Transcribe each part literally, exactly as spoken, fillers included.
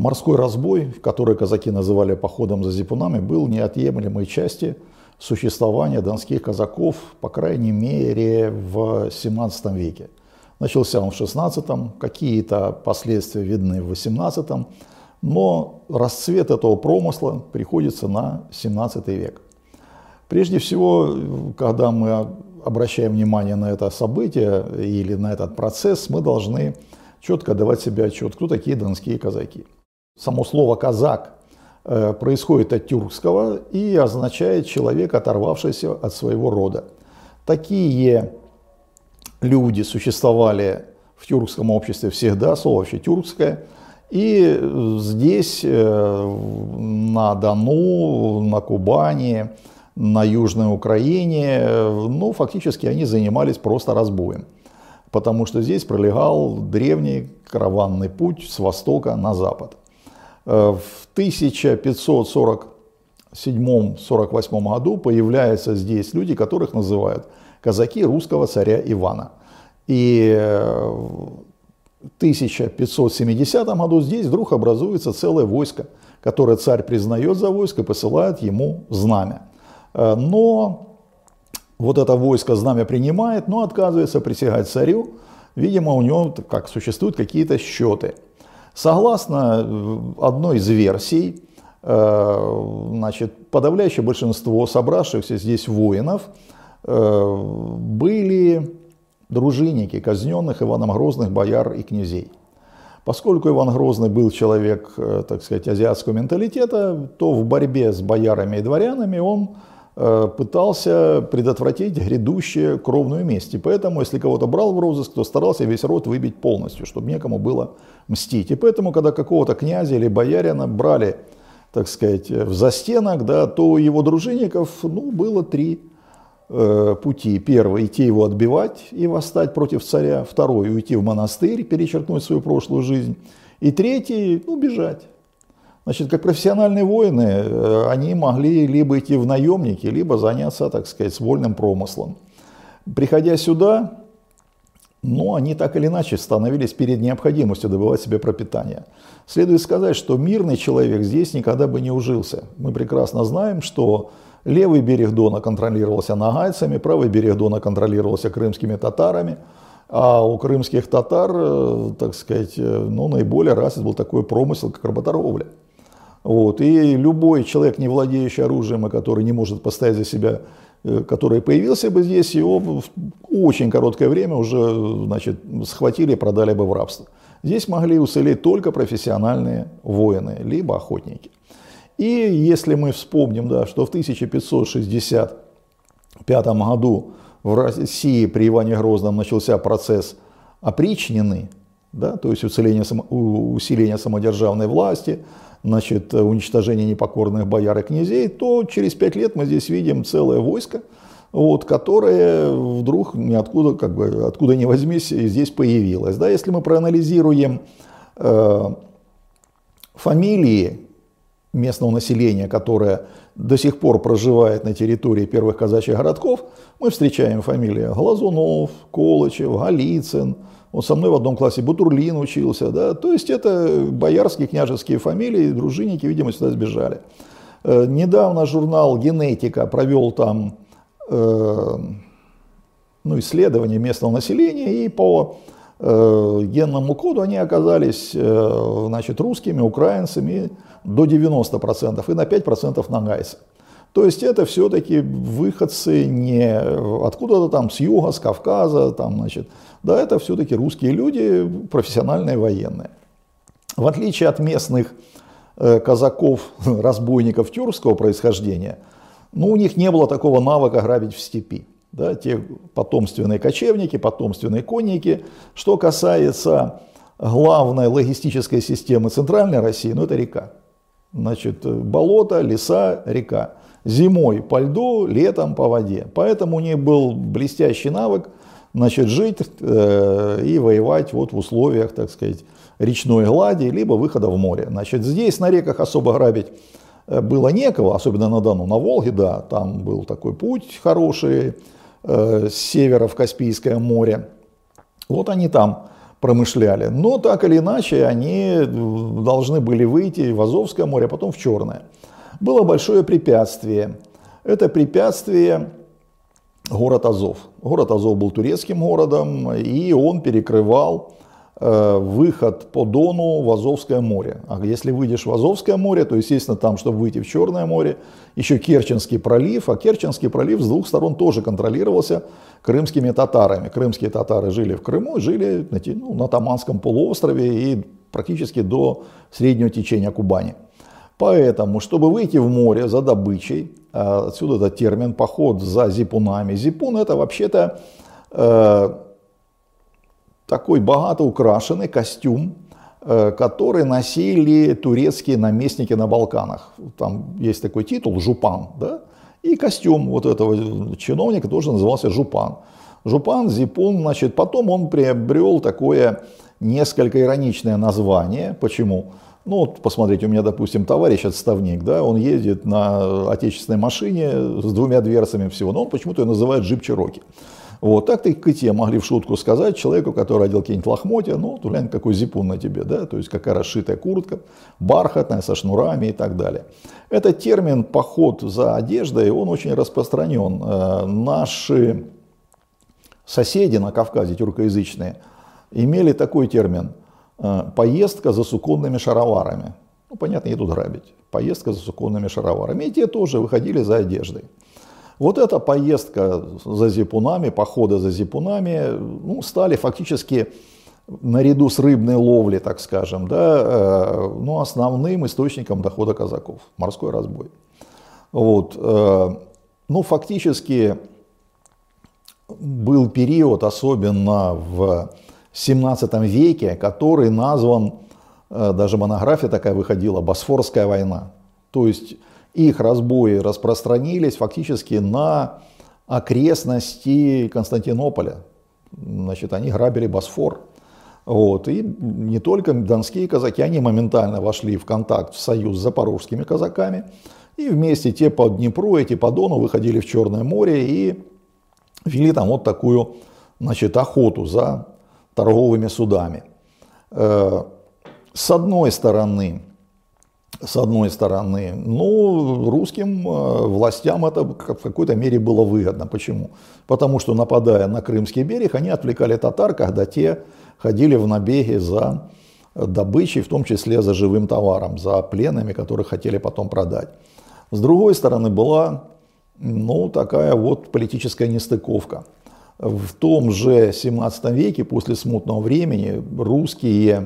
Морской разбой, который казаки называли походом за зипунами, был неотъемлемой частью существования донских казаков, по крайней мере, в семнадцатом веке. Начался он в шестнадцатом, какие-то последствия видны в восемнадцатом, но расцвет этого промысла приходится на семнадцатый век. Прежде всего, когда мы обращаем внимание на это событие или на этот процесс, мы должны четко давать себе отчет, кто такие донские казаки. Само слово «казак» происходит от тюркского и означает человек, оторвавшийся от своего рода. Такие люди существовали в тюркском обществе всегда, слово вообще тюркское. И здесь, на Дону, на Кубани, на Южной Украине, ну, фактически они занимались просто разбоем. Потому что здесь пролегал древний караванный путь с востока на запад. В тысяча пятьсот сорок седьмом — сорок восьмом году появляются здесь люди, которых называют казаки русского царя Ивана. И в тысяча пятьсот семидесятом году здесь вдруг образуется целое войско, которое царь признает за войско и посылает ему знамя. Но вот это войско знамя принимает, но отказывается присягать царю. Видимо, у него как существуют какие-то счеты. Согласно одной из версий, значит, подавляющее большинство собравшихся здесь воинов были дружинники казненных Иваном Грозных бояр и князей. Поскольку Иван Грозный был человек, так сказать, азиатского менталитета, то в борьбе с боярами и дворянами он пытался предотвратить грядущую кровную месть. И поэтому, если кого-то брал в розыск, то старался весь род выбить полностью, чтобы некому было мстить. И поэтому, когда какого-то князя или боярина брали, так сказать, в застенок, да, то у его дружинников, ну, было три э, пути. Первый — идти его отбивать и восстать против царя. Второй — уйти в монастырь, перечеркнуть свою прошлую жизнь. И третий — ну, бежать. Значит, как профессиональные воины, они могли либо идти в наемники, либо заняться, так сказать, вольным промыслом. Приходя сюда, ну, они так или иначе становились перед необходимостью добывать себе пропитание. Следует сказать, что мирный человек здесь никогда бы не ужился. Мы прекрасно знаем, что левый берег Дона контролировался нагайцами, правый берег Дона контролировался крымскими татарами. А у крымских татар, так сказать, ну, наиболее развит был такой промысел, как работорговля. Вот. И любой человек, не владеющий оружием, и который не может постоять за себя, который появился бы здесь, его в очень короткое время уже, значит, схватили и продали бы в рабство. Здесь могли уцелеть только профессиональные воины, либо охотники. И если мы вспомним, да, что в тысяча пятьсот шестьдесят пятом году в России при Иване Грозном начался процесс опричнины, да, то есть усиление, усиление самодержавной власти, значит, уничтожение непокорных бояр и князей, то через пять лет мы здесь видим целое войско, вот, которое вдруг ниоткуда, как бы, откуда ни возьмись, здесь появилось. Да, если мы проанализируем э, фамилии местного населения, которое до сих пор проживает на территории первых казачьих городков, мы встречаем фамилии Глазунов, Колычев, Голицын. Вот со мной в одном классе Бутурлин учился. Да? То есть это боярские, княжеские фамилии, дружинники, видимо, сюда сбежали. Э, недавно журнал «Генетика» провел там э, ну, исследование местного населения, и по э, генному коду они оказались э, значит, русскими, украинцами до девяноста процентов и на пять процентов нагайцы. То есть это все-таки выходцы не откуда-то там с юга, с Кавказа, там, значит, да, это все-таки русские люди, профессиональные военные. В отличие от местных э, казаков, разбойников тюркского происхождения, ну, у них не было такого навыка грабить в степи. Да, те потомственные кочевники, потомственные конники. Что касается главной логистической системы Центральной России, ну, это река. Значит, болото, леса, река. Зимой по льду, летом по воде. Поэтому у них был блестящий навык, значит, жить э, и воевать вот в условиях, так сказать, речной глади, либо выхода в море. Значит, здесь на реках особо грабить было некого, особенно на Дону. На Волге, да, там был такой путь хороший, э, с севера в Каспийское море. Вот они там промышляли. Но так или иначе они должны были выйти в Азовское море, а потом в Черное. Было большое препятствие. Это препятствие город Азов. Город Азов был турецким городом, и он перекрывал э, выход по Дону в Азовское море. А если выйдешь в Азовское море, то, естественно, там, чтобы выйти в Черное море, еще Керченский пролив, а Керченский пролив с двух сторон тоже контролировался крымскими татарами. Крымские татары жили в Крыму, жили на, ну, на Таманском полуострове и практически до среднего течения Кубани. Поэтому, чтобы выйти в море за добычей, отсюда этот термин «поход за зипунами». Зипун — это вообще-то э, такой богато украшенный костюм, э, который носили турецкие наместники на Балканах. Там есть такой титул «жупан», да? И костюм вот этого чиновника тоже назывался «жупан». Жупан, зипун, значит, потом он приобрел такое несколько ироничное название. Почему? Ну, вот посмотрите, у меня, допустим, товарищ отставник, да, он ездит на отечественной машине с двумя дверцами всего, но он почему-то ее называет джип Чироки. Вот, так-то и те могли в шутку сказать человеку, который одел какие-нибудь лохмотья, ну, tu глянь, какой зипун на тебе, да, то есть какая расшитая куртка, бархатная, со шнурами и так далее. Этот термин «поход за одеждой», он очень распространен. Э, наши соседи на Кавказе, тюркоязычные, имели такой термин «поездка за суконными шароварами». Ну, понятно, едут грабить. Поездка за суконными шароварами. И те тоже выходили за одеждой. Вот эта поездка за зипунами, походы за зипунами, ну, стали фактически наряду с рыбной ловлей, так скажем, да, ну, основным источником дохода казаков. Морской разбой. Вот. Ну, фактически был период, особенно в семнадцатом веке, который назван, даже монография такая выходила, «Босфорская война». То есть их разбои распространились фактически на окрестности Константинополя. Значит, они грабили Босфор. Вот. И не только донские казаки, они моментально вошли в контакт, в союз с запорожскими казаками. И вместе те по Днепру, эти по Дону выходили в Черное море и вели там вот такую, значит, охоту за торговыми судами. С одной стороны, с одной стороны, ну, русским властям это в какой-то мере было выгодно. Почему? Потому что, нападая на Крымский берег, они отвлекали татар, когда те ходили в набеги за добычей, в том числе за живым товаром, за пленными, которых хотели потом продать. С другой стороны, была, ну, такая вот политическая нестыковка. В том же семнадцатом веке, после смутного времени, русские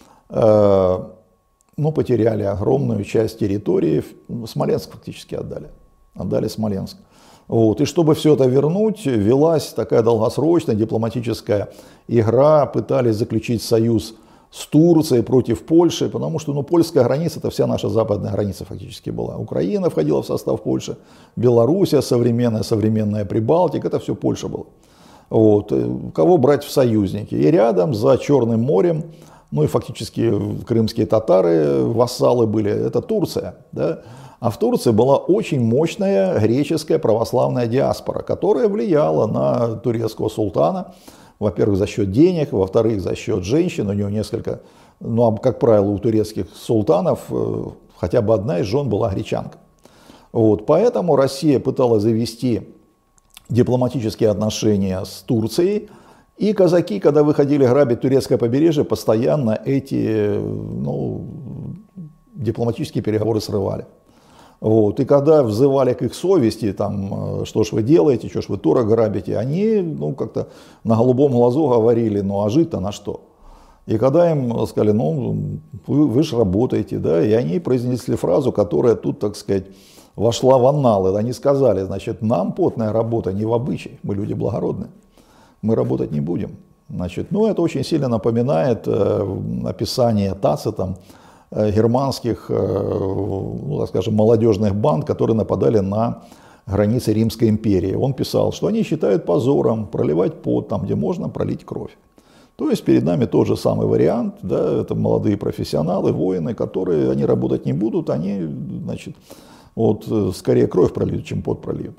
э, ну, потеряли огромную часть территории. Смоленск фактически отдали. Отдали Смоленск. Вот. И чтобы все это вернуть, велась такая долгосрочная дипломатическая игра. Пытались заключить союз с Турцией против Польши, потому что, ну, польская граница — это вся наша западная граница фактически была. Украина входила в состав Польши, Белоруссия современная, современная Прибалтика — это все Польша была. Вот. Кого брать в союзники? И рядом, за Черным морем, ну и фактически крымские татары, вассалы были, это Турция. Да? А в Турции была очень мощная греческая православная диаспора, которая влияла на турецкого султана, во-первых, за счет денег, во-вторых, за счет женщин. У него несколько, ну, а как правило, у турецких султанов хотя бы одна из жен была гречанка. Вот. Поэтому Россия пыталась завести дипломатические отношения с Турцией, и казаки, когда выходили грабить турецкое побережье, постоянно эти, ну, дипломатические переговоры срывали. Вот. И когда взывали к их совести, там, что ж вы делаете, что ж вы турок грабите, они, ну, как-то на голубом глазу говорили: ну а жить-то на что? И когда им сказали: ну, вы, вы же работаете, да, и они произнесли фразу, которая тут, так сказать, вошла в анналы. Они сказали: значит, нам потная работа не в обычай, мы люди благородные, мы работать не будем. Значит, ну, это очень сильно напоминает э, описание Тацитом э, германских, э, ну, так скажем, молодежных банд, которые нападали на границы Римской империи. Он писал, что они считают позором проливать пот там, где можно пролить кровь. То есть перед нами тот же самый вариант, да, это молодые профессионалы, воины, которые, они работать не будут, они, значит, вот, скорее кровь прольют, чем пот прольют.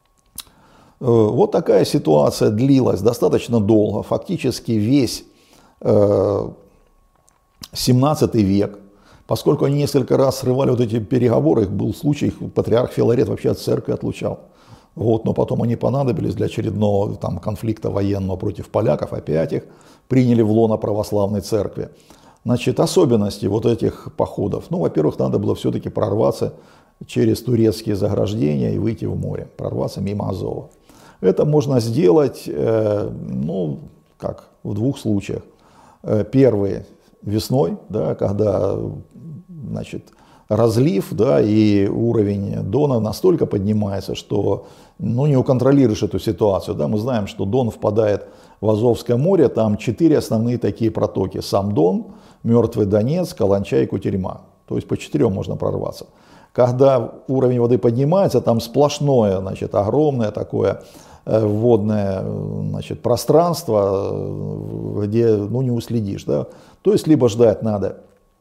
Вот такая ситуация длилась достаточно долго. Фактически весь семнадцатый век, поскольку они несколько раз срывали вот эти переговоры, их был случай, патриарх Филарет вообще от церкви отлучал. Вот, но потом они понадобились для очередного там, конфликта военного против поляков, опять их приняли в лоно православной церкви. Значит, особенности вот этих походов. Ну, во-первых, надо было все-таки прорваться через турецкие заграждения и выйти в море, прорваться мимо Азова. Это можно сделать, э, ну, как, в двух случаях. Первый весной, да, когда, значит, разлив, да, и уровень Дона настолько поднимается, что, ну, не уконтролируешь эту ситуацию. Да. Мы знаем, что Дон впадает в Азовское море, там четыре основные такие протоки. Сам Дон, Мертвый Донец, Каланча и Кутерьма. То есть по четырем можно прорваться. Когда уровень воды поднимается, там сплошное, значит, огромное такое водное, значит, пространство, где, ну, не уследишь. Да? То есть либо ждать надо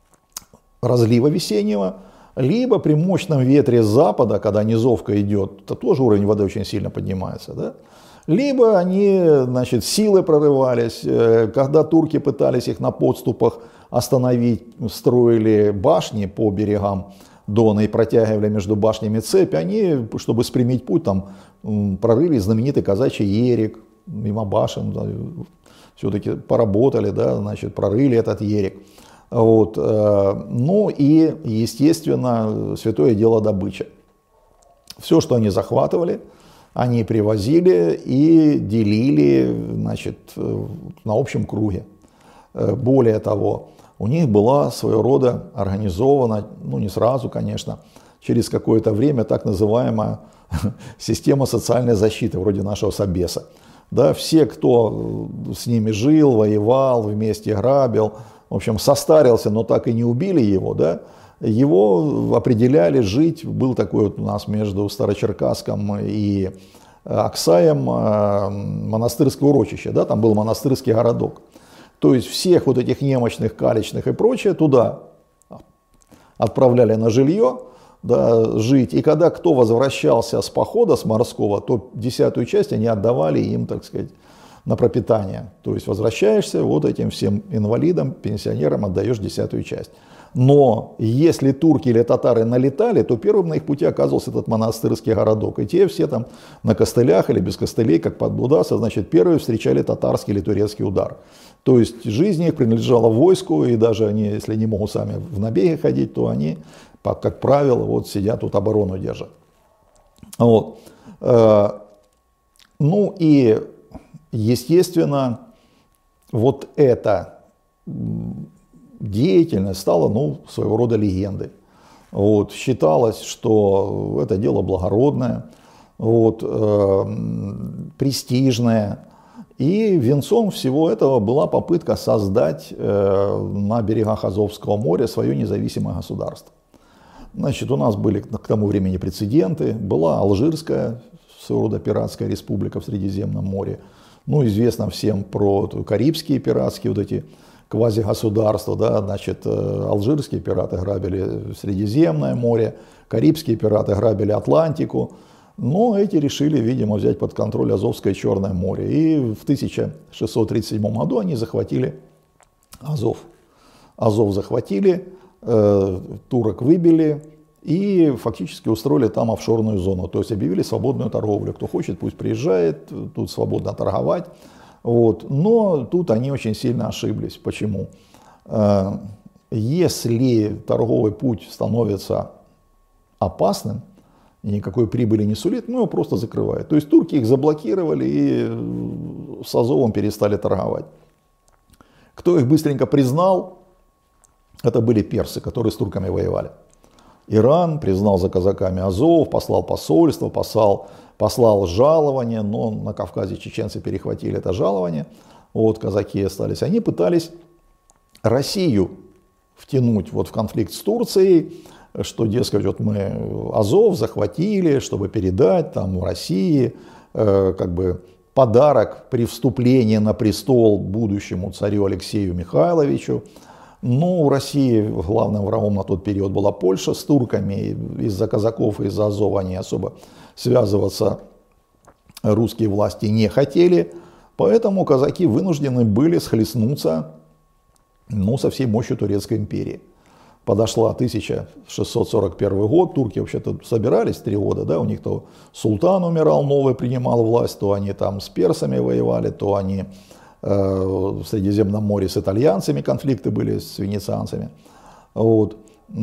разлива весеннего, либо при мощном ветре с запада, когда низовка идет, то тоже уровень воды очень сильно поднимается. Да? Либо они, значит, силой прорывались, когда турки пытались их на подступах остановить, строили башни по берегам Дона и протягивали между башнями цепь, они, чтобы спрямить путь, там прорыли знаменитый казачий ерик, мимо башен, да, все-таки поработали, да, значит, прорыли этот ерик. Вот. Ну и, естественно, святое дело добыча. Все, что они захватывали, они привозили и делили, значит, на общем круге. Более того, у них была своего рода организована, ну не сразу, конечно, через какое-то время так называемая система социальной защиты, вроде нашего Собеса. Да, все, кто с ними жил, воевал, вместе грабил, в общем, состарился, но так и не убили его, да, его определяли жить, был такой вот у нас между Старочеркасском и Аксаем монастырское урочище, да, там был монастырский городок. То есть всех вот этих немощных, калечных и прочее туда отправляли на жилье, да, жить. И когда кто возвращался с похода, с морского, то десятую часть они отдавали им, так сказать, на пропитание. То есть возвращаешься, вот этим всем инвалидам, пенсионерам отдаешь десятую часть. Но если турки или татары налетали, то первым на их пути оказывался этот монастырский городок. И те все там на костылях или без костылей, как подбудаться, значит, первые встречали татарский или турецкий удар. То есть жизнь их принадлежала войску, и даже они, если не могут сами в набеги ходить, то они, как правило, вот сидят тут, оборону держат. Вот. Ну и, естественно, вот эта деятельность стала, ну, своего рода легендой. Вот. Считалось, что это дело благородное, вот, э, престижное. И венцом всего этого была попытка создать э, на берегах Азовского моря свое независимое государство. Значит, у нас были к тому времени прецеденты. Была Алжирская, своего рода пиратская республика в Средиземном море. Ну, известно всем про карибские пиратские вот эти квазигосударства. Да? Значит, алжирские пираты грабили Средиземное море, карибские пираты грабили Атлантику. Но эти решили, видимо, взять под контроль Азовское и Черное море. И в тысяча шестьсот тридцать седьмом году они захватили Азов. Азов захватили, э, турок выбили и фактически устроили там офшорную зону. То есть объявили свободную торговлю. Кто хочет, пусть приезжает, тут свободно торговать. Вот. Но тут они очень сильно ошиблись. Почему? Э, если торговый путь становится опасным, и никакой прибыли не сулит, ну его просто закрывают. То есть турки их заблокировали и с Азовом перестали торговать. Кто их быстренько признал, это были персы, которые с турками воевали. Иран признал за казаками Азов, послал посольство, послал, послал жалование, но на Кавказе чеченцы перехватили это жалование, вот казаки остались. Они пытались Россию втянуть вот в конфликт с Турцией, что, дескать, вот мы Азов захватили, чтобы передать там в России э, как бы подарок при вступлении на престол будущему царю Алексею Михайловичу. Но у России главным врагом на тот период была Польша с турками. Из-за казаков и из-за Азова они особо связываться русские власти не хотели. Поэтому казаки вынуждены были схлестнуться ну, со всей мощью Турецкой империи. Подошла тысяча шестьсот сорок первый год, турки вообще-то собирались три года, да, у них то султан умирал, новый принимал власть, то они там с персами воевали, то они э, в Средиземном море с итальянцами конфликты были, с венецианцами. Вот.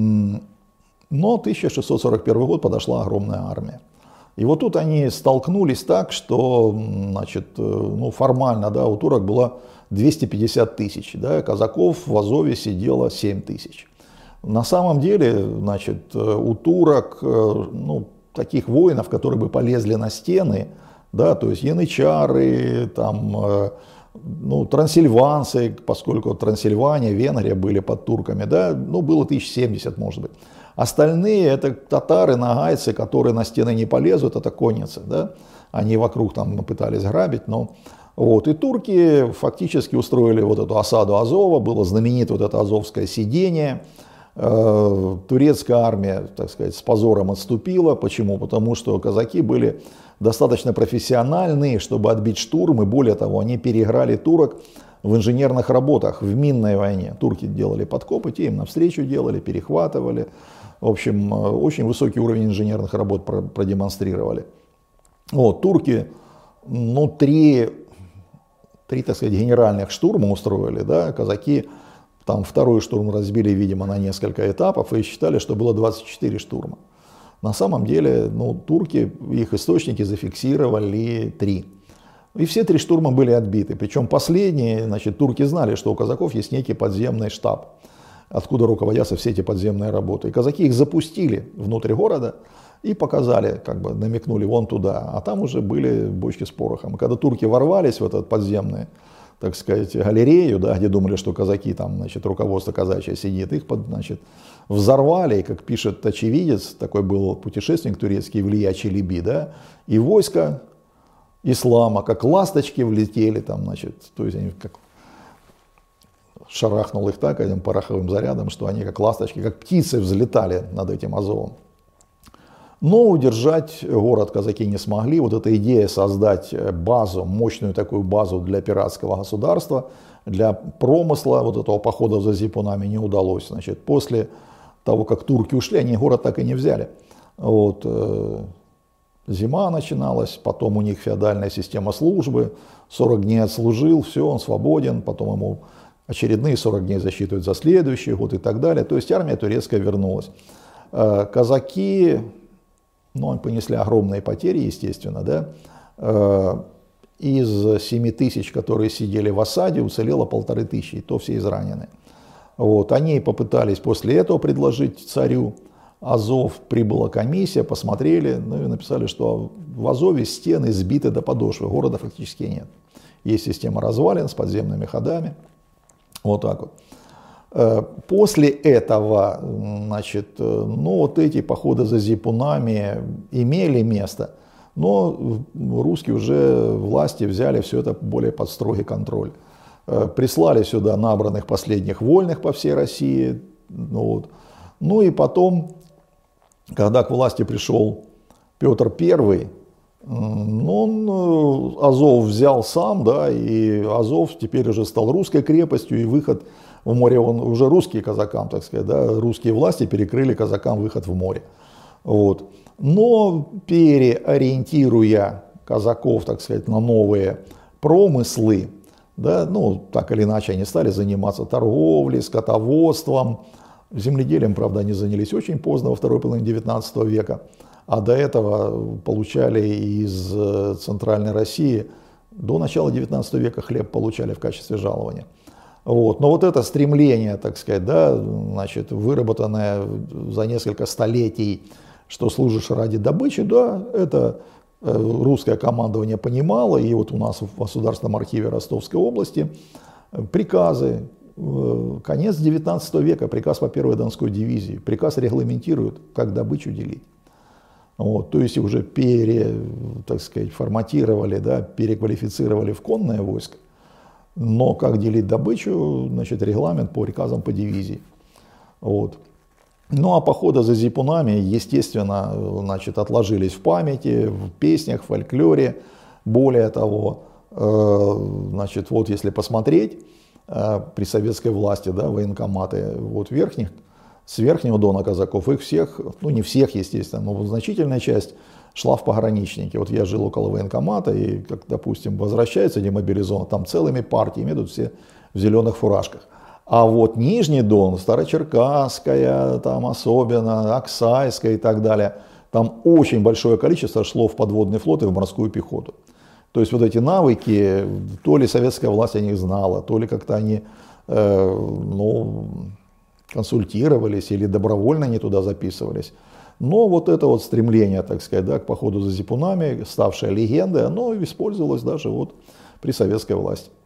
Но тысяча шестьсот сорок первый год подошла огромная армия. И вот тут они столкнулись так, что, значит, ну, формально, да, у турок было двести пятьдесят тысяч, да, казаков в Азове сидело семь тысяч. На самом деле, значит, у турок, ну, таких воинов, которые бы полезли на стены, да, то есть янычары, там, ну, трансильванцы, поскольку Трансильвания, Венгрия были под турками, да, ну, было тысяч семьдесят, может быть. Остальные это татары, нагайцы, которые на стены не полезут, это конницы, да, они вокруг там пытались грабить, но вот, и турки фактически устроили вот эту осаду Азова, было знаменито вот это азовское сидение. Турецкая армия, так сказать, с позором отступила. Почему? Потому что казаки были достаточно профессиональные, чтобы отбить штурм, и более того, они переиграли турок в инженерных работах, в минной войне. Турки делали подкопы, те им навстречу делали, перехватывали. В общем, очень высокий уровень инженерных работ продемонстрировали. Вот, турки, ну, три, три, так сказать, генеральных штурма устроили, да, казаки. Там второй штурм разбили, видимо, на несколько этапов и считали, что было двадцать четыре штурма. На самом деле, ну, турки, их источники зафиксировали три. И все три штурма были отбиты. Причем последние, значит, турки знали, что у казаков есть некий подземный штаб, откуда руководятся все эти подземные работы. И казаки их запустили внутрь города и показали, как бы намекнули вон туда. А там уже были бочки с порохом. И когда турки ворвались в этот подземный, так сказать, галерею, да, где думали, что казаки, там, значит, руководство казачье сидит, их, значит, взорвали, и, как пишет очевидец, такой был путешественник турецкий, Илья Челеби, да, и войска ислама, как ласточки, влетели, там, значит, то есть они как шарахнул их так этим пороховым зарядом, что они как ласточки, как птицы взлетали над этим Азовом. Но удержать город казаки не смогли. Вот эта идея создать базу, мощную такую базу для пиратского государства, для промысла вот этого похода за зипунами не удалось. Значит, после того, как турки ушли, они город так и не взяли. Вот, э, зима начиналась, потом у них феодальная система службы, сорок дней отслужил, все, он свободен, потом ему очередные сорок дней засчитывают за следующий год и так далее. То есть армия турецкая вернулась. Э, казаки... Ну, они понесли огромные потери, естественно, да. Из семи тысяч, которые сидели в осаде, уцелело полторы тысячи, и то все изранены. Вот. Они попытались после этого предложить царю Азов, прибыла комиссия, посмотрели, ну и написали, что в Азове стены сбиты до подошвы, города фактически нет. Есть система развалин с подземными ходами, вот так вот. После этого, значит, ну, вот эти походы за зипунами имели место, но русские уже власти взяли все это более под строгий контроль. Прислали сюда набранных последних вольных по всей России. Ну, вот. Ну и потом, когда к власти пришел Петр Первый, он Азов взял сам, да, и Азов теперь уже стал русской крепостью, и выход в море, он уже русские казакам, так сказать, да, русские власти перекрыли казакам выход в море. Вот. Но переориентируя казаков, так сказать, на новые промыслы, да, ну, так или иначе они стали заниматься торговлей, скотоводством, земледелием, правда, они занялись очень поздно, во второй половине девятнадцатого века, а до этого получали из Центральной России, до начала девятнадцатого века хлеб получали в качестве жалования. Вот. Но вот это стремление, так сказать, да, значит, выработанное за несколько столетий, что служишь ради добычи, да, это русское командование понимало, и вот у нас в Государственном архиве Ростовской области приказы, конец девятнадцатого века, приказ по первой Донской дивизии, приказ регламентирует, как добычу делить. Вот, то есть уже пере, так сказать, форматировали, да, переквалифицировали в конное войско. Но как делить добычу, значит, регламент по приказам по дивизии. Вот. Ну а походы за зипунами, естественно, значит, отложились в памяти, в песнях, в фольклоре. Более того, э, значит, вот если посмотреть, при советской власти, да, военкоматы вот верхних, с верхнего дона казаков, их всех, ну не всех, естественно, но значительная часть шла в пограничники. Вот я жил около военкомата, и, как, допустим, возвращаются демобилизованные, там целыми партиями идут все в зеленых фуражках. А вот Нижний Дон, Старочеркасская, там особенно, Оксайская и так далее, там очень большое количество шло в подводный флот и в морскую пехоту. То есть вот эти навыки, то ли советская власть о них знала, то ли как-то они э, ну, консультировались или добровольно не туда записывались. Но вот это вот стремление, так сказать, да, к походу за зипунами, ставшее легендой, оно использовалось даже вот при советской власти.